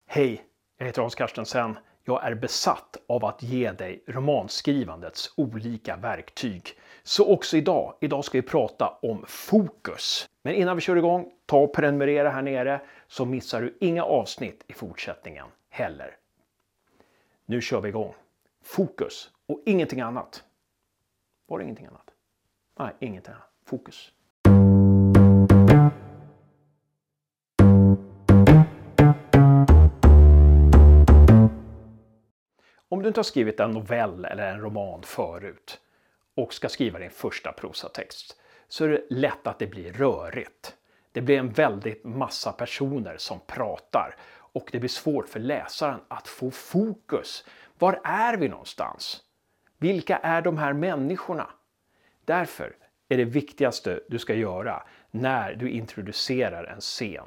Hej, jag heter Hans Carstensen. Jag är besatt av att ge dig romanskrivandets olika verktyg. Så också idag. Idag ska vi prata om fokus. Men innan vi kör igång, ta och prenumerera här nere så missar du inga avsnitt i fortsättningen heller. Nu kör vi igång. Fokus och ingenting annat. Var det ingenting annat? Nej, ingenting annat. Fokus. Om du inte har skrivit en novell eller en roman förut och ska skriva din första prosatext så är det lätt att det blir rörigt. Det blir en väldigt massa personer som pratar och det blir svårt för läsaren att få fokus. Var är vi någonstans? Vilka är de här människorna? Därför är det viktigaste du ska göra när du introducerar en scen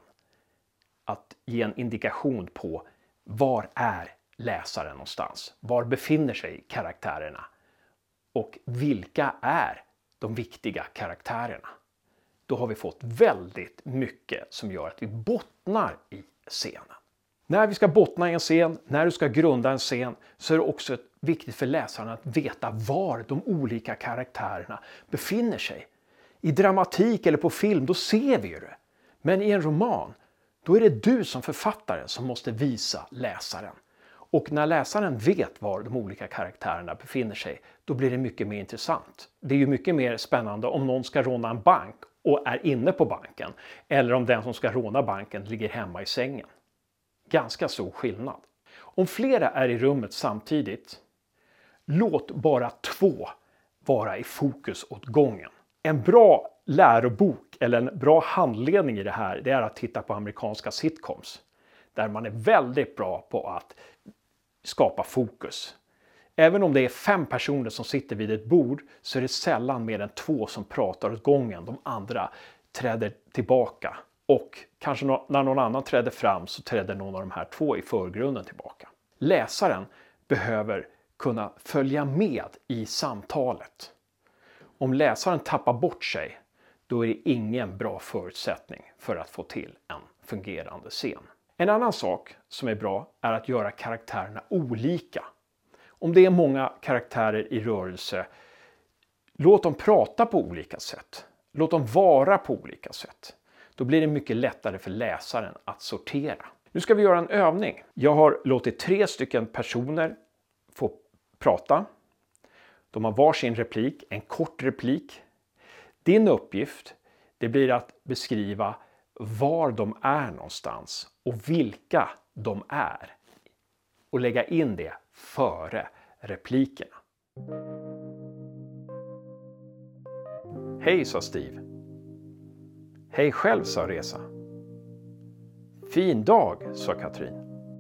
att ge en indikation på var är läsaren någonstans. Var befinner sig karaktärerna? Och vilka är de viktiga karaktärerna? Då har vi fått väldigt mycket som gör att vi bottnar i scenen. När vi ska bottna i en scen, när du ska grunda en scen, så är det också viktigt för läsaren att veta var de olika karaktärerna befinner sig. I dramatik eller på film, då ser vi det. Men i en roman, då är det du som författare som måste visa läsaren. Och när läsaren vet var de olika karaktärerna befinner sig, då blir det mycket mer intressant. Det är ju mycket mer spännande om någon ska råna en bank och är inne på banken. Eller om den som ska råna banken ligger hemma i sängen. Ganska stor skillnad. Om flera är i rummet samtidigt, låt bara 2 vara i fokus åt gången. En bra lärobok eller en bra handledning i det här, det är att titta på amerikanska sitcoms. Där man är väldigt bra på att skapa fokus. Även om det är 5 personer som sitter vid ett bord så är det sällan mer än 2 som pratar åt gången. De andra träder tillbaka. Och kanske när någon annan träder fram så träder någon av de här 2 i förgrunden tillbaka. Läsaren behöver kunna följa med i samtalet. Om läsaren tappar bort sig, då är det ingen bra förutsättning för att få till en fungerande scen. En annan sak som är bra är att göra karaktärerna olika. Om det är många karaktärer i rörelse, låt dem prata på olika sätt. Låt dem vara på olika sätt. Då blir det mycket lättare för läsaren att sortera. Nu ska vi göra en övning. Jag har låtit 3 stycken personer få prata. De har varsin replik, en kort replik. Din uppgift, det blir att beskriva var de är någonstans och vilka de är. Och lägga in det före replikerna. Hej, sa Steve. Hej själv, sa Resa. Fin dag, sa Katrin.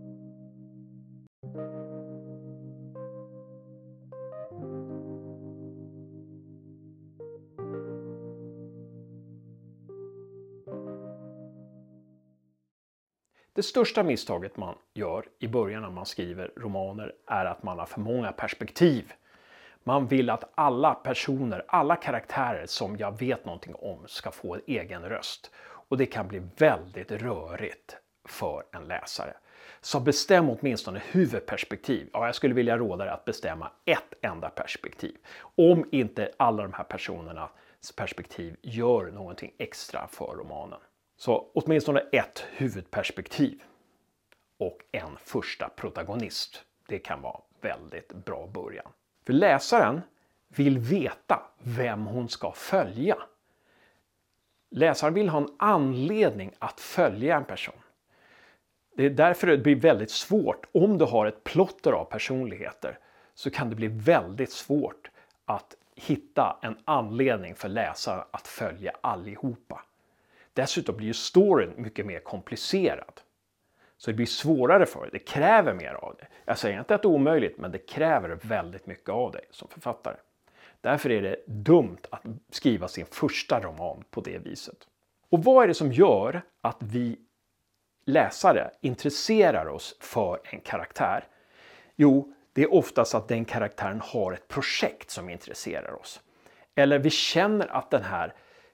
Det största misstaget man gör i början när man skriver romaner är att man har för många perspektiv. Man vill att alla personer, alla karaktärer som jag vet någonting om ska få en egen röst. Och det kan bli väldigt rörigt för en läsare. Så bestäm åtminstone huvudperspektiv. Ja, jag skulle vilja råda dig att bestämma ett enda perspektiv. Om inte alla de här personernas perspektiv gör någonting extra för romanen. Så åtminstone ett huvudperspektiv och en första protagonist. Det kan vara väldigt bra början. För läsaren vill veta vem hon ska följa. Läsaren vill ha en anledning att följa en person. Det är därför det blir väldigt svårt. Om du har ett plotter av personligheter så kan det bli väldigt svårt att hitta en anledning för läsaren att följa allihopa. Dessutom blir ju storyn mycket mer komplicerad. Så det blir svårare för dig. Det kräver mer av dig. Jag säger inte att det är omöjligt, men det kräver väldigt mycket av dig som författare. Därför är det dumt att skriva sin första roman på det viset. Och vad är det som gör att vi läsare intresserar oss för en karaktär? Jo, det är oftast att den karaktären har ett projekt som intresserar oss. Eller vi känner att den här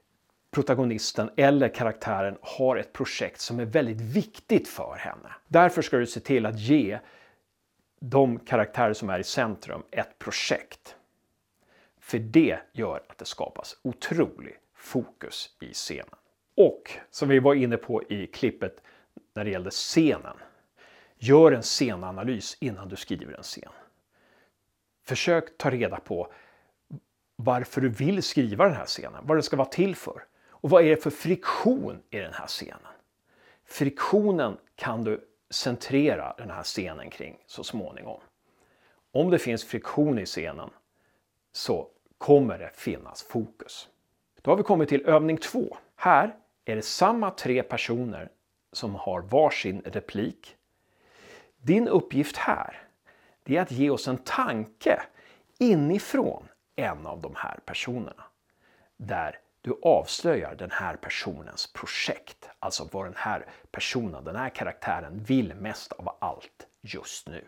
protagonisten eller karaktären har ett projekt som är väldigt viktigt för henne. Därför ska du se till att ge de karaktärer som är i centrum ett projekt. För det gör att det skapas otrolig fokus i scenen. Och som vi var inne på i klippet när det gällde scenen. Gör en scenanalys innan du skriver en scen. Försök ta reda på varför du vill skriva den här scenen. Vad den ska vara till för. Och vad är det för friktion i den här scenen. Friktionen kan du centrera den här scenen kring så småningom. Om det finns friktion i scenen så kommer det finnas fokus. Då har vi kommit till övning 2. Här är det samma 3 personer som har varsin replik. Din uppgift här är att ge oss en tanke inifrån en av de här personerna. Där du avslöjar den här personens projekt. Alltså vad den här personen, den här karaktären vill mest av allt just nu.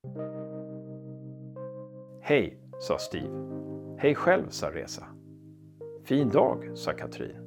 Hej, sa Steve. Hej själv, sa Reza. Fin dag, sa Katrin.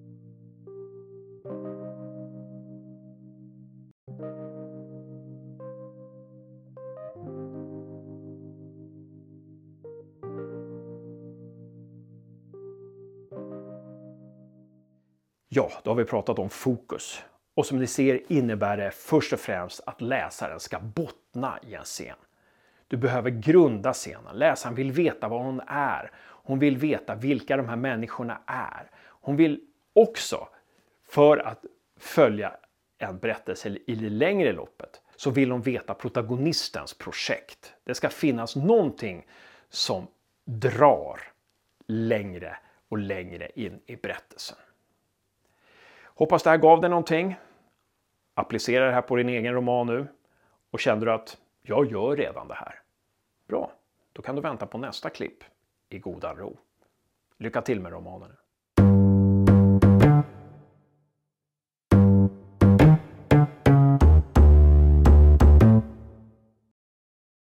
Ja, då har vi pratat om fokus. Och som ni ser innebär det först och främst att läsaren ska bottna i en scen. Du behöver grunda scenen. Läsaren vill veta vad hon är. Hon vill veta vilka de här människorna är. Hon vill också, för att följa en berättelse i det längre loppet, så vill hon veta protagonistens projekt. Det ska finnas någonting som drar längre och längre in i berättelsen. Hoppas det här gav dig någonting. Applicera det här på din egen roman nu. Och känner du att jag gör redan det här. Bra, då kan du vänta på nästa klipp i godan ro. Lycka till med romanen.